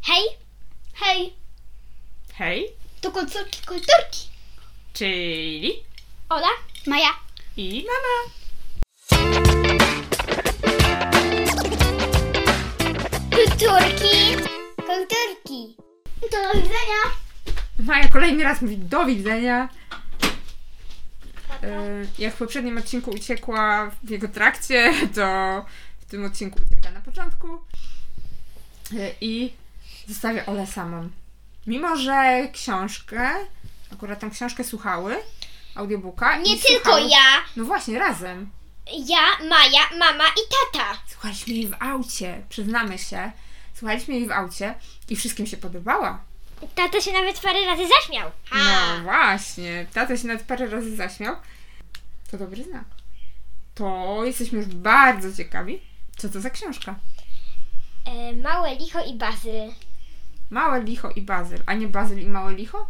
Hej, hej, Hej, to kulturki. czyli Ola, Maja. i mama. Kulturki. Do widzenia. Maja kolejny raz mówi do widzenia. Jak w poprzednim odcinku uciekła w jego trakcie, to w tym odcinku ucieka na początku. I zostawię Olę samą. Mimo że akurat tą książkę słuchały, audiobooka. Nie i tylko słuchały, ja. No właśnie, razem. Ja, Maja, mama i tata. Słuchaliśmy jej w aucie, przyznamy się. Słuchaliśmy jej w aucie i wszystkim się podobała. Tata się nawet parę razy zaśmiał. No właśnie, tata się nawet parę razy zaśmiał. To dobry znak. To jesteśmy już bardzo ciekawi, co to za książka. Małe licho i bazyl. Małe licho i bazyl, a nie bazyl i małe licho?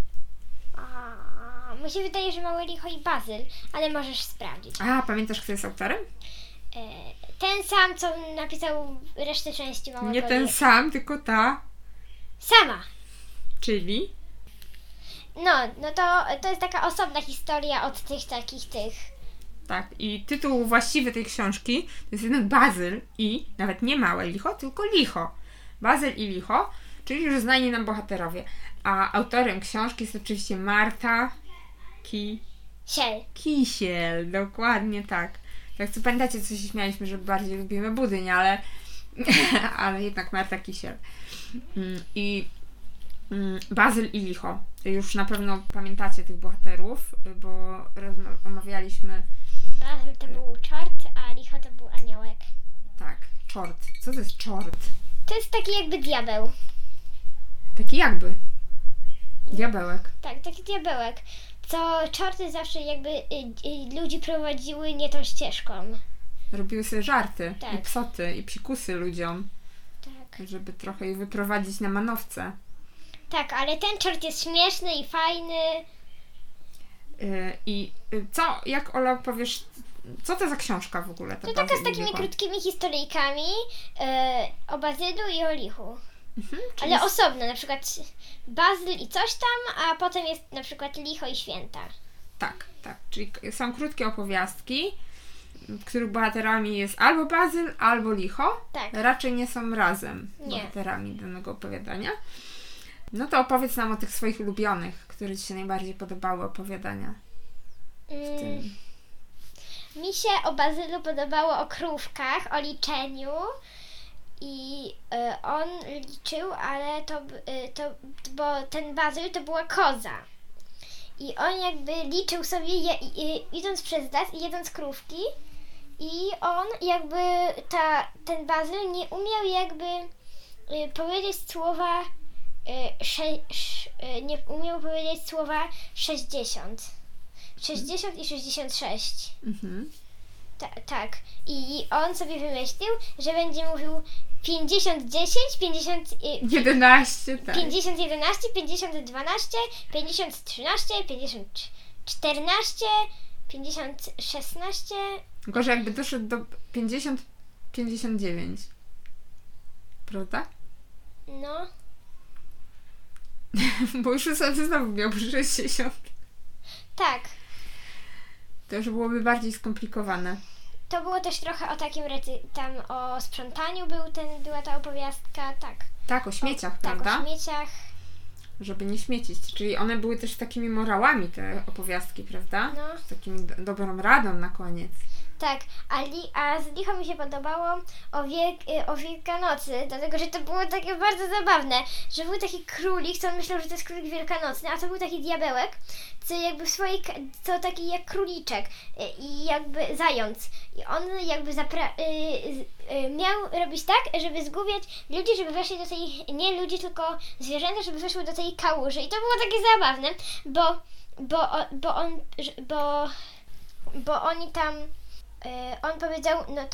Mi się wydaje, że małe licho i bazyl, ale możesz sprawdzić. A, pamiętasz, kto jest autorem? Ten sam, co napisał resztę części małego Nie ten licha. sam, tylko ta, Sama. czyli... No to jest taka osobna historia od tych takich. Tak, i tytuł właściwy tej książki to jest jednak Bazyl i nawet nie małe licho, tylko licho. Bazyl i licho, czyli już znani nam bohaterowie. A autorem książki jest oczywiście Marta Kisiel, dokładnie tak. Tak, co pamiętacie, co się śmialiśmy, że bardziej lubimy Budyń, ale ale jednak Marta Kisiel. I Bazyl i licho. Już na pewno pamiętacie tych bohaterów, bo omawialiśmy... Bazyl to był czort, a licho to był aniołek. Tak, czort. Co to jest czort? To jest taki jakby diabeł. Taki jakby. Diabełek. Tak, taki diabełek. Co czorty zawsze jakby ludzi prowadziły nie tą ścieżką. Robiły sobie żarty Tak. i psoty i psikusy ludziom, Tak. żeby trochę ich wyprowadzić na manowce. Tak, ale ten czort jest śmieszny i fajny. Jak Ola powiesz, co to za książka w ogóle? To taka z takimi krótkimi historyjkami o bazylu i o lichu. Czyli Ale osobno, na przykład bazyl i coś tam, a potem jest na przykład licho i święta. Tak. Czyli są krótkie opowiastki, w których bohaterami jest albo bazyl, albo licho. Tak. Raczej nie są razem Nie. bohaterami danego opowiadania. No to opowiedz nam o tych swoich ulubionych, które Ci się najbardziej podobały opowiadania. W tym. Mi się o bazylu podobało o krówkach, o liczeniu i on liczył, ale bo ten bazyl to była koza. I on jakby liczył sobie idąc przez las i jedząc krówki i on jakby ten bazyl nie umiał jakby powiedzieć słowa nie umiał powiedzieć słowa 60 i 66. Tak. I on sobie wymyślił, że będzie mówił 50, 10, 50, 11, tak. 50, 11, 50, 12, 50, 13, 50, 14, 50, 16. Gorzej jakby doszedł do 50, 59. Prawda? No. Bo już sobie znowu miał 60. Tak. To już byłoby bardziej skomplikowane. To było też trochę o takim tam o sprzątaniu była ta opowiastka, tak. Tak, o śmieciach, Tak, prawda? o śmieciach. Żeby nie śmiecić. Czyli one były też takimi morałami, te opowiastki, prawda? No. Z takim dobrą radą na koniec. Tak, a z licho mi się podobało o Wielkanocy, dlatego że to było takie bardzo zabawne, że był taki królik, co on myślał, że to jest królik wielkanocny, a to był taki diabełek, co jakby co taki jak króliczek i jakby zając. I on jakby miał robić tak, żeby zgubiać ludzi, żeby weszli do tej, nie ludzi, tylko zwierzęta, żeby weszły do tej kałuży. I to było takie zabawne, bo oni tam on powiedział, no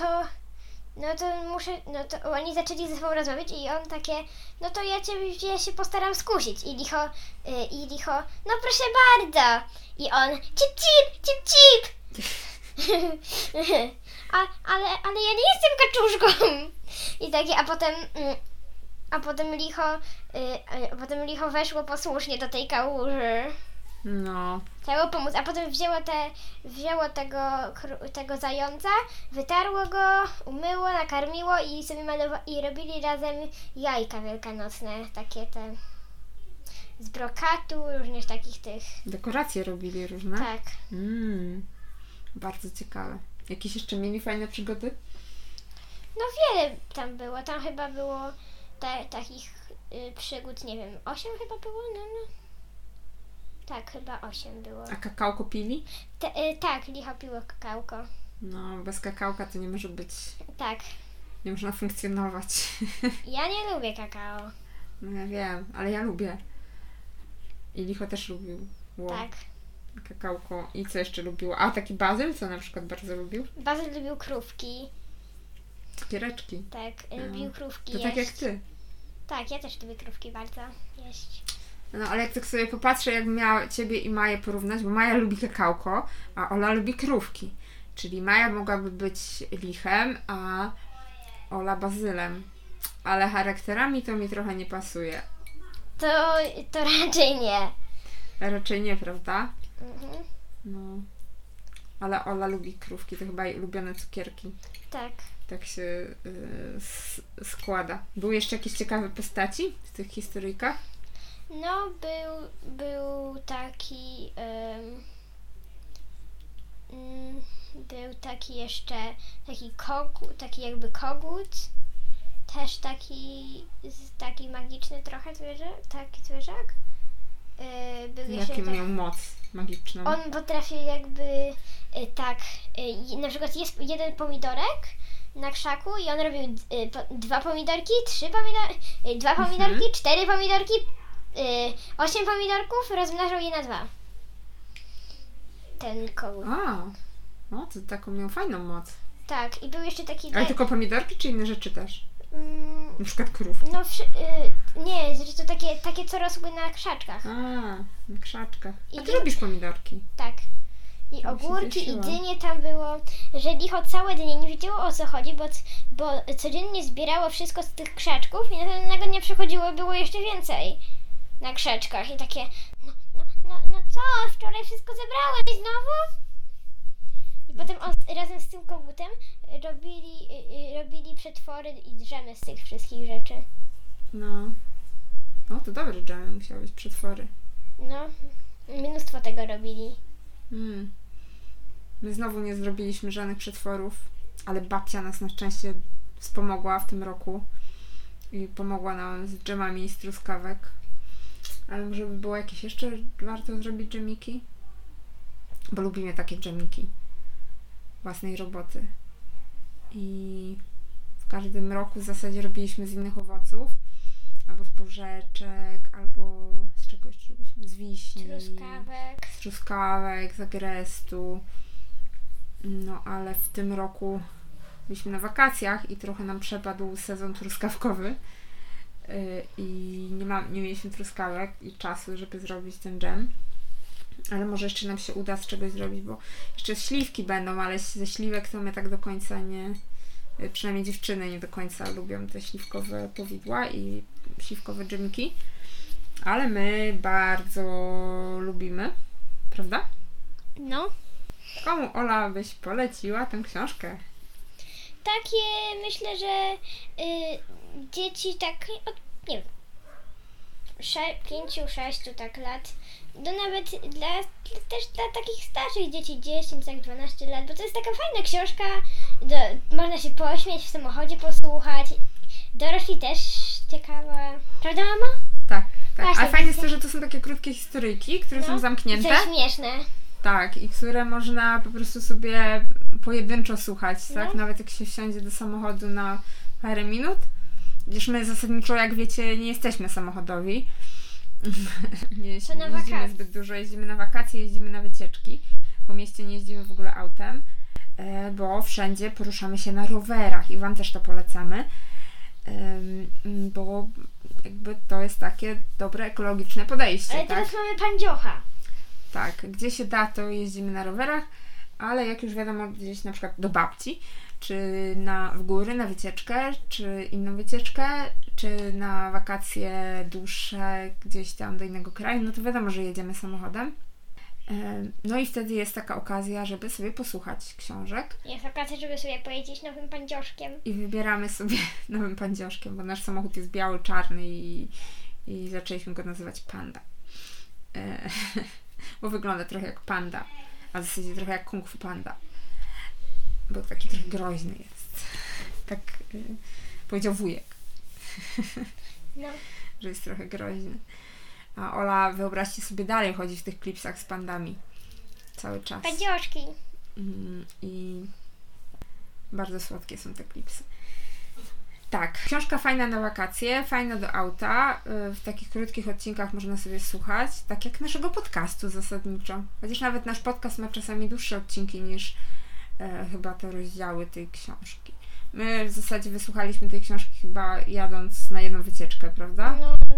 to oni zaczęli ze sobą rozmawiać i on takie, no to ja się postaram skusić. I licho, no proszę bardzo. I on, cip. ale ja nie jestem kaczuszką. I takie, a potem licho weszło posłusznie do tej kałuży. No. Chciało pomóc, a potem wzięło tego zająca, wytarło go, umyło, nakarmiło i sobie i robili razem jajka wielkanocne, takie te z brokatu, różnych takich tych. Dekoracje robili różne? Tak. Bardzo ciekawe. Jakieś jeszcze mieli fajne przygody? No wiele tam było, tam chyba było takich przygód, nie wiem, 8 chyba było, no. Tak, chyba 8 było. A kakałko pili? Tak, licho piło kakałko. No, bez kakałka to nie może być, Tak. nie można funkcjonować. Ja nie lubię kakao. No ja wiem, ale ja lubię. I licho też lubił. Tak. Kakałko. I co jeszcze lubiło? A taki Bazyl, co na przykład bardzo lubił? Bazyl lubił krówki. Cukiereczki. Tak, lubił krówki to jeść. tak jak ty. Tak, ja też lubię krówki bardzo jeść. No ale jak tak sobie popatrzę, jakbym miała Ciebie i Maję porównać, bo Maja lubi kakałko, a Ola lubi krówki. Czyli Maja mogłaby być lichem, a Ola bazylem. Ale charakterami to mi trochę nie pasuje. To raczej nie. Raczej nie, prawda? Mhm. No. Ale Ola lubi krówki, to chyba jej ulubione cukierki. Tak. Tak się składa. Były jeszcze jakieś ciekawe postaci w tych historyjkach? No, był taki był taki jeszcze taki jakby kogut, też taki magiczny trochę taki zwierzak. Jakie miał moc magiczną? On potrafił jakby na przykład jest jeden pomidorek na krzaku i on robił 2 pomidorki, 3 pomidorki, 2 pomidorki, 4 pomidorki, 8 pomidorków, rozmnażał je na 2. Ten kogut. No to taką miał fajną moc. Tak, i był jeszcze taki... Ale tylko pomidorki, czy inne rzeczy też? Na przykład krówki. No nie, że to takie co rosły na krzaczkach. Na krzaczkach. A ty lubisz pomidorki? Tak. I ogórki, i dynie tam było, że licho całe dnie nie wiedziało, o co chodzi, bo codziennie zbierało wszystko z tych krzaczków i następnego dnia przychodziło, było jeszcze więcej na krzaczkach i takie no co, wczoraj wszystko zebrałem i znowu? I potem on razem z tym kogutem robili przetwory i drzemy z tych wszystkich rzeczy. No to dobre dżemy musiały być, przetwory. No, mnóstwo tego robili. My znowu nie zrobiliśmy żadnych przetworów, ale babcia nas na szczęście wspomogła w tym roku i pomogła nam z dżemami z truskawek. Ale może by było jakieś jeszcze warto zrobić dżemiki? Bo lubimy takie dżemiki własnej roboty. I w każdym roku w zasadzie robiliśmy z innych owoców, albo z porzeczek, albo z czego jeszcze robiliśmy? Z wiśni, z truskawek, z agrestu. No ale w tym roku byliśmy na wakacjach i trochę nam przepadł sezon truskawkowy i nie mieliśmy truskawek i czasu, żeby zrobić ten dżem. Ale może jeszcze nam się uda z czegoś zrobić, bo jeszcze śliwki będą, ale ze śliwek to my tak do końca nie, przynajmniej dziewczyny nie do końca lubią te śliwkowe powidła i śliwkowe dżemki. Ale my bardzo lubimy, prawda? No. Komu, Ola, byś poleciła tę książkę? Takie, myślę, że dzieci tak, nie wiem, 5-6 tak lat, nawet też dla takich starszych dzieci, 10, tak 12 lat, bo to jest taka fajna książka, można się pośmiać w samochodzie, posłuchać, dorośli też ciekawa, prawda mama? Tak. Właśnie, ale fajne jest to, że to są takie krótkie historyjki, które są zamknięte. To śmieszne. Tak, i które można po prostu sobie pojedynczo słuchać, tak? Nawet jak się wsiądzie do samochodu na parę minut. Gdyż my zasadniczo, jak wiecie, nie jesteśmy samochodowi. Nie jeździmy zbyt dużo, jeździmy na wakacje, jeździmy na wycieczki. Po mieście nie jeździmy w ogóle autem, bo wszędzie poruszamy się na rowerach i Wam też to polecamy, bo jakby to jest takie dobre, ekologiczne podejście. Ale teraz mamy pandziocha. Tak, gdzie się da, to jeździmy na rowerach, ale jak już wiadomo, gdzieś na przykład do babci, czy w góry, na wycieczkę, czy inną wycieczkę, czy na wakacje dłuższe gdzieś tam do innego kraju, no to wiadomo, że jedziemy samochodem. No i wtedy jest taka okazja, żeby sobie posłuchać książek. Jest okazja, żeby sobie pojeździć nowym pandzioszkiem. I wybieramy sobie nowym pandzioszkiem, bo nasz samochód jest biały, czarny i zaczęliśmy go nazywać Panda. Bo wygląda trochę jak panda, a w zasadzie trochę jak Kung Fu Panda. Bo taki trochę groźny jest. Tak powiedział wujek. No. Że jest trochę groźny. A Ola, wyobraźcie sobie, dalej chodzi w tych klipsach z pandami. Cały czas. Pandzioszki. I bardzo słodkie są te klipsy. Tak, książka fajna na wakacje, fajna do auta. W takich krótkich odcinkach można sobie słuchać, tak jak naszego podcastu zasadniczo. Chociaż nawet nasz podcast ma czasami dłuższe odcinki niż chyba te rozdziały tej książki. My w zasadzie wysłuchaliśmy tej książki chyba jadąc na jedną wycieczkę, prawda?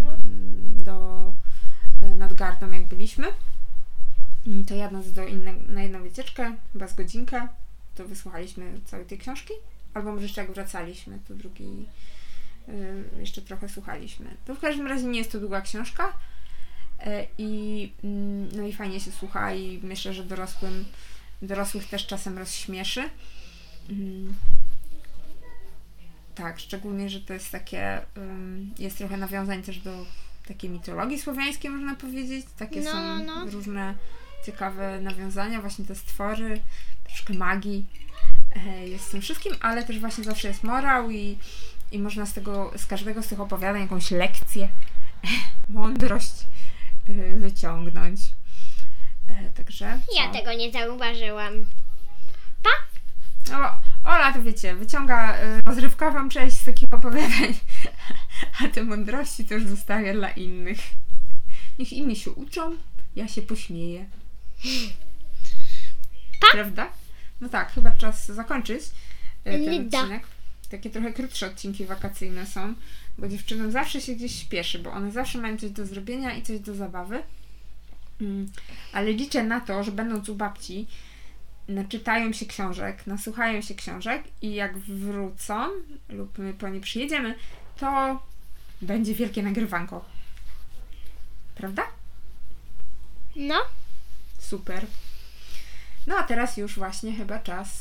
Nad Gardą jak byliśmy. To jadąc na jedną wycieczkę, chyba z godzinkę, to wysłuchaliśmy całej tej książki. Albo może jeszcze jak wracaliśmy, to drugi jeszcze trochę słuchaliśmy. To w każdym razie nie jest to długa książka no i fajnie się słucha i myślę, że dorosłych też czasem rozśmieszy. Tak, szczególnie, że to jest takie, jest trochę nawiązań też do takiej mitologii słowiańskiej, można powiedzieć. Takie są różne ciekawe nawiązania, właśnie te stwory, troszkę magii jest w tym wszystkim, ale też właśnie zawsze jest morał i można z każdego z tych opowiadań jakąś lekcję, mądrość wyciągnąć. Także Ja tego nie zauważyłam. No, Ola to wiecie, wyciąga rozrywkową część z takich opowiadań, a te mądrości to już zostawia dla innych. Niech inni się uczą, ja się pośmieję. Prawda? No tak, chyba czas zakończyć ten odcinek. Takie trochę krótsze odcinki wakacyjne są, bo dziewczynom zawsze się gdzieś śpieszy, bo one zawsze mają coś do zrobienia i coś do zabawy. Ale liczę na to, że będąc u babci, naczytają się książek, nasłuchają się książek i jak wrócą lub my po nie przyjedziemy, to będzie wielkie nagrywanko. Prawda? No. Super. No a teraz już właśnie chyba czas.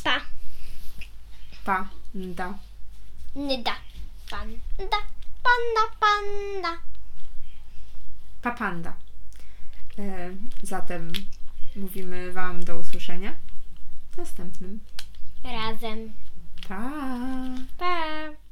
Panda. Nyda. Panda. Panda. Panda. Zatem mówimy Wam do usłyszenia w następnym razem. Pa! Pa!